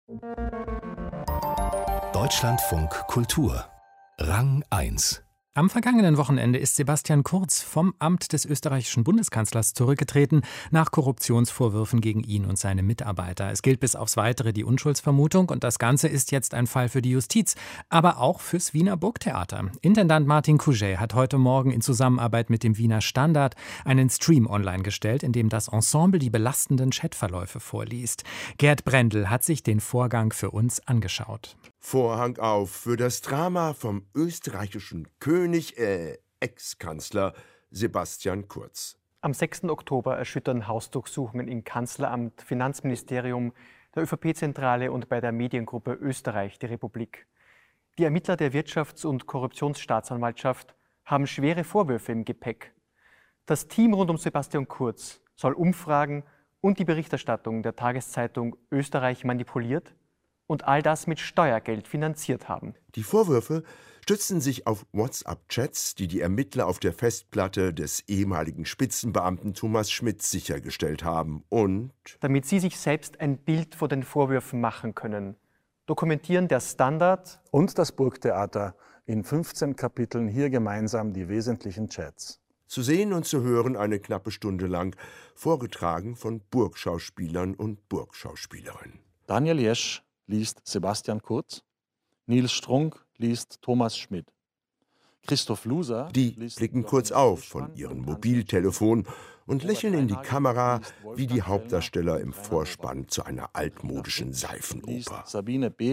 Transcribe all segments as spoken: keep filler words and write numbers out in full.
Deutschlandfunk Kultur Rang eins. Am vergangenen Wochenende ist Sebastian Kurz vom Amt des österreichischen Bundeskanzlers zurückgetreten, nach Korruptionsvorwürfen gegen ihn und seine Mitarbeiter. Es gilt bis aufs Weitere die Unschuldsvermutung und das Ganze ist jetzt ein Fall für die Justiz, aber auch fürs Wiener Burgtheater. Intendant Martin Kuschey hat heute Morgen in Zusammenarbeit mit dem Wiener Standard einen Stream online gestellt, in dem das Ensemble die belastenden Chatverläufe vorliest. Gerd Brendel hat sich den Vorgang für uns angeschaut. Vorhang auf für das Drama vom österreichischen König, äh, Ex-Kanzler Sebastian Kurz. Am sechsten Oktober erschüttern Hausdurchsuchungen in Kanzleramt, Finanzministerium, der ÖVP-Zentrale und bei der Mediengruppe Österreich die Republik. Die Ermittler der Wirtschafts- und Korruptionsstaatsanwaltschaft haben schwere Vorwürfe im Gepäck. Das Team rund um Sebastian Kurz soll Umfragen und die Berichterstattung der Tageszeitung Österreich manipuliert und all das mit Steuergeld finanziert haben. Die Vorwürfe stützen sich auf WhatsApp-Chats, die die Ermittler auf der Festplatte des ehemaligen Spitzenbeamten Thomas Schmidt sichergestellt haben und damit sie sich selbst ein Bild vor den Vorwürfen machen können, dokumentieren der Standard und das Burgtheater in fünfzehn Kapiteln hier gemeinsam die wesentlichen Chats. Zu sehen und zu hören eine knappe Stunde lang, vorgetragen von Burgschauspielern und Burgschauspielerinnen. Daniel Jesch liest Sebastian Kurz, Nils Strunk liest Thomas Schmidt. Christoph Luser Die blicken kurz auf von ihren Mobiltelefonen und lächeln in die Kamera wie die Hauptdarsteller im Vorspann zu einer altmodischen Seifenoper. Sabine B.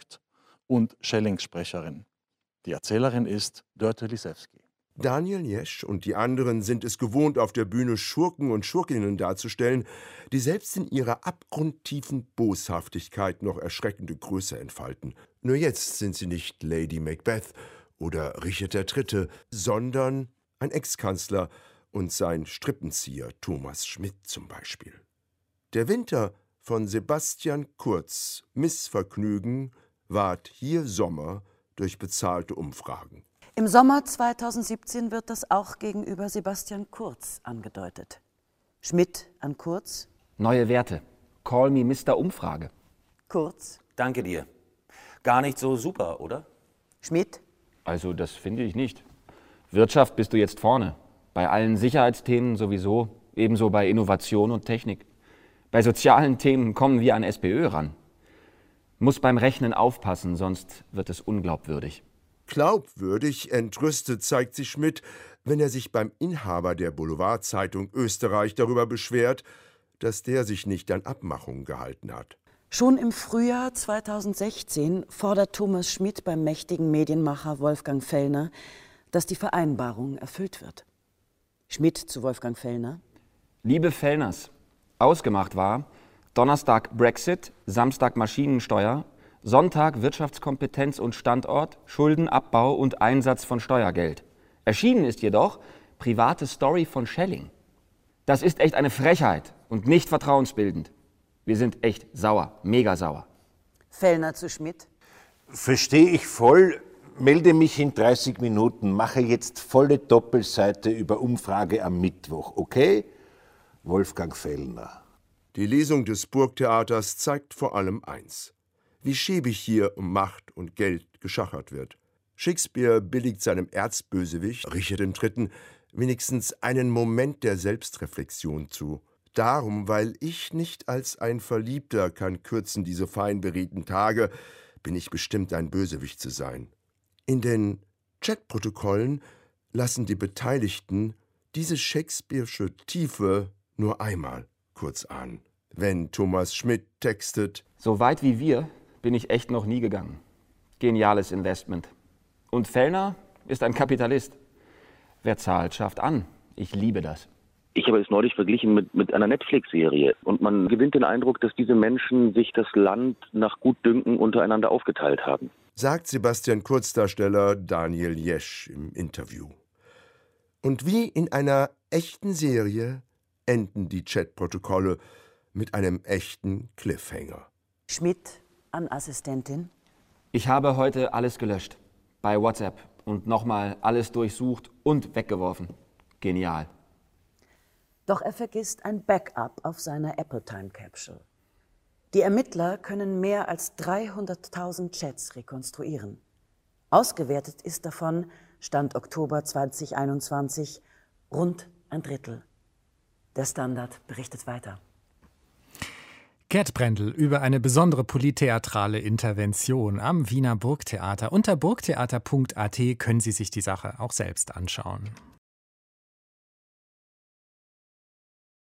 und Schelling-Sprecherin. Die Erzählerin ist Dörte Lisewski. Daniel Jesch und die anderen sind es gewohnt, auf der Bühne Schurken und Schurkinnen darzustellen, die selbst in ihrer abgrundtiefen Boshaftigkeit noch erschreckende Größe entfalten. Nur jetzt sind sie nicht Lady Macbeth oder Richard der Dritte, sondern ein Ex-Kanzler und sein Strippenzieher Thomas Schmidt zum Beispiel. Der Winter von Sebastian Kurz Missvergnügen ward hier Sommer durch bezahlte Umfragen. Im Sommer zweitausendsiebzehn wird das auch gegenüber Sebastian Kurz angedeutet. Schmidt an Kurz. Neue Werte. Call me Mister Umfrage. Kurz. Danke dir. Gar nicht so super, oder? Schmidt. Also das finde ich nicht. Wirtschaft bist du jetzt vorne. Bei allen Sicherheitsthemen sowieso, ebenso bei Innovation und Technik. Bei sozialen Themen kommen wir an SPÖ ran. Muss beim Rechnen aufpassen, sonst wird es unglaubwürdig. Glaubwürdig entrüstet zeigt sich Schmidt, wenn er sich beim Inhaber der Boulevardzeitung Österreich darüber beschwert, dass der sich nicht an Abmachungen gehalten hat. Schon im Frühjahr zweitausendsechzehn fordert Thomas Schmidt beim mächtigen Medienmacher Wolfgang Fellner, dass die Vereinbarung erfüllt wird. Schmidt zu Wolfgang Fellner. Liebe Fellners, ausgemacht war Donnerstag Brexit, Samstag Maschinensteuer, Sonntag Wirtschaftskompetenz und Standort, Schuldenabbau und Einsatz von Steuergeld. Erschienen ist jedoch private Story von Schelling. Das ist echt eine Frechheit und nicht vertrauensbildend. Wir sind echt sauer, mega sauer. Fellner zu Schmidt. Verstehe ich voll, melde mich in dreißig Minuten, mache jetzt volle Doppelseite über Umfrage am Mittwoch, okay? Wolfgang Fellner. Die Lesung des Burgtheaters zeigt vor allem eins: wie schäbig hier um Macht und Geld geschachert wird. Shakespeare billigt seinem Erzbösewicht, Richard der Dritte, wenigstens einen Moment der Selbstreflexion zu. Darum, weil ich nicht als ein Verliebter kann kürzen diese fein beredten Tage, bin ich bestimmt ein Bösewicht zu sein. In den Chatprotokollen lassen die Beteiligten diese shakespearische Tiefe nur einmal kurz ahnen. Wenn Thomas Schmidt textet: So weit wie wir bin ich echt noch nie gegangen. Geniales Investment. Und Fellner ist ein Kapitalist. Wer zahlt, schafft an. Ich liebe das. Ich habe es neulich verglichen mit, mit einer Netflix-Serie. Und man gewinnt den Eindruck, dass diese Menschen sich das Land nach Gutdünken untereinander aufgeteilt haben. Sagt Sebastian Kurz-Darsteller Daniel Jesch im Interview. Und wie in einer echten Serie enden die Chatprotokolle mit einem echten Cliffhanger. Schmidt an Assistentin. Ich habe heute alles gelöscht. Bei WhatsApp. Und nochmal alles durchsucht und weggeworfen. Genial. Doch er vergisst ein Backup auf seiner Apple Time Capsule. Die Ermittler können mehr als dreihunderttausend Chats rekonstruieren. Ausgewertet ist davon, Stand Oktober zweitausendeinundzwanzig, rund ein Drittel. Der Standard berichtet weiter. Gerd Brendel über eine besondere polytheatrale Intervention am Wiener Burgtheater. Unter burgtheater punkt a t können Sie sich die Sache auch selbst anschauen.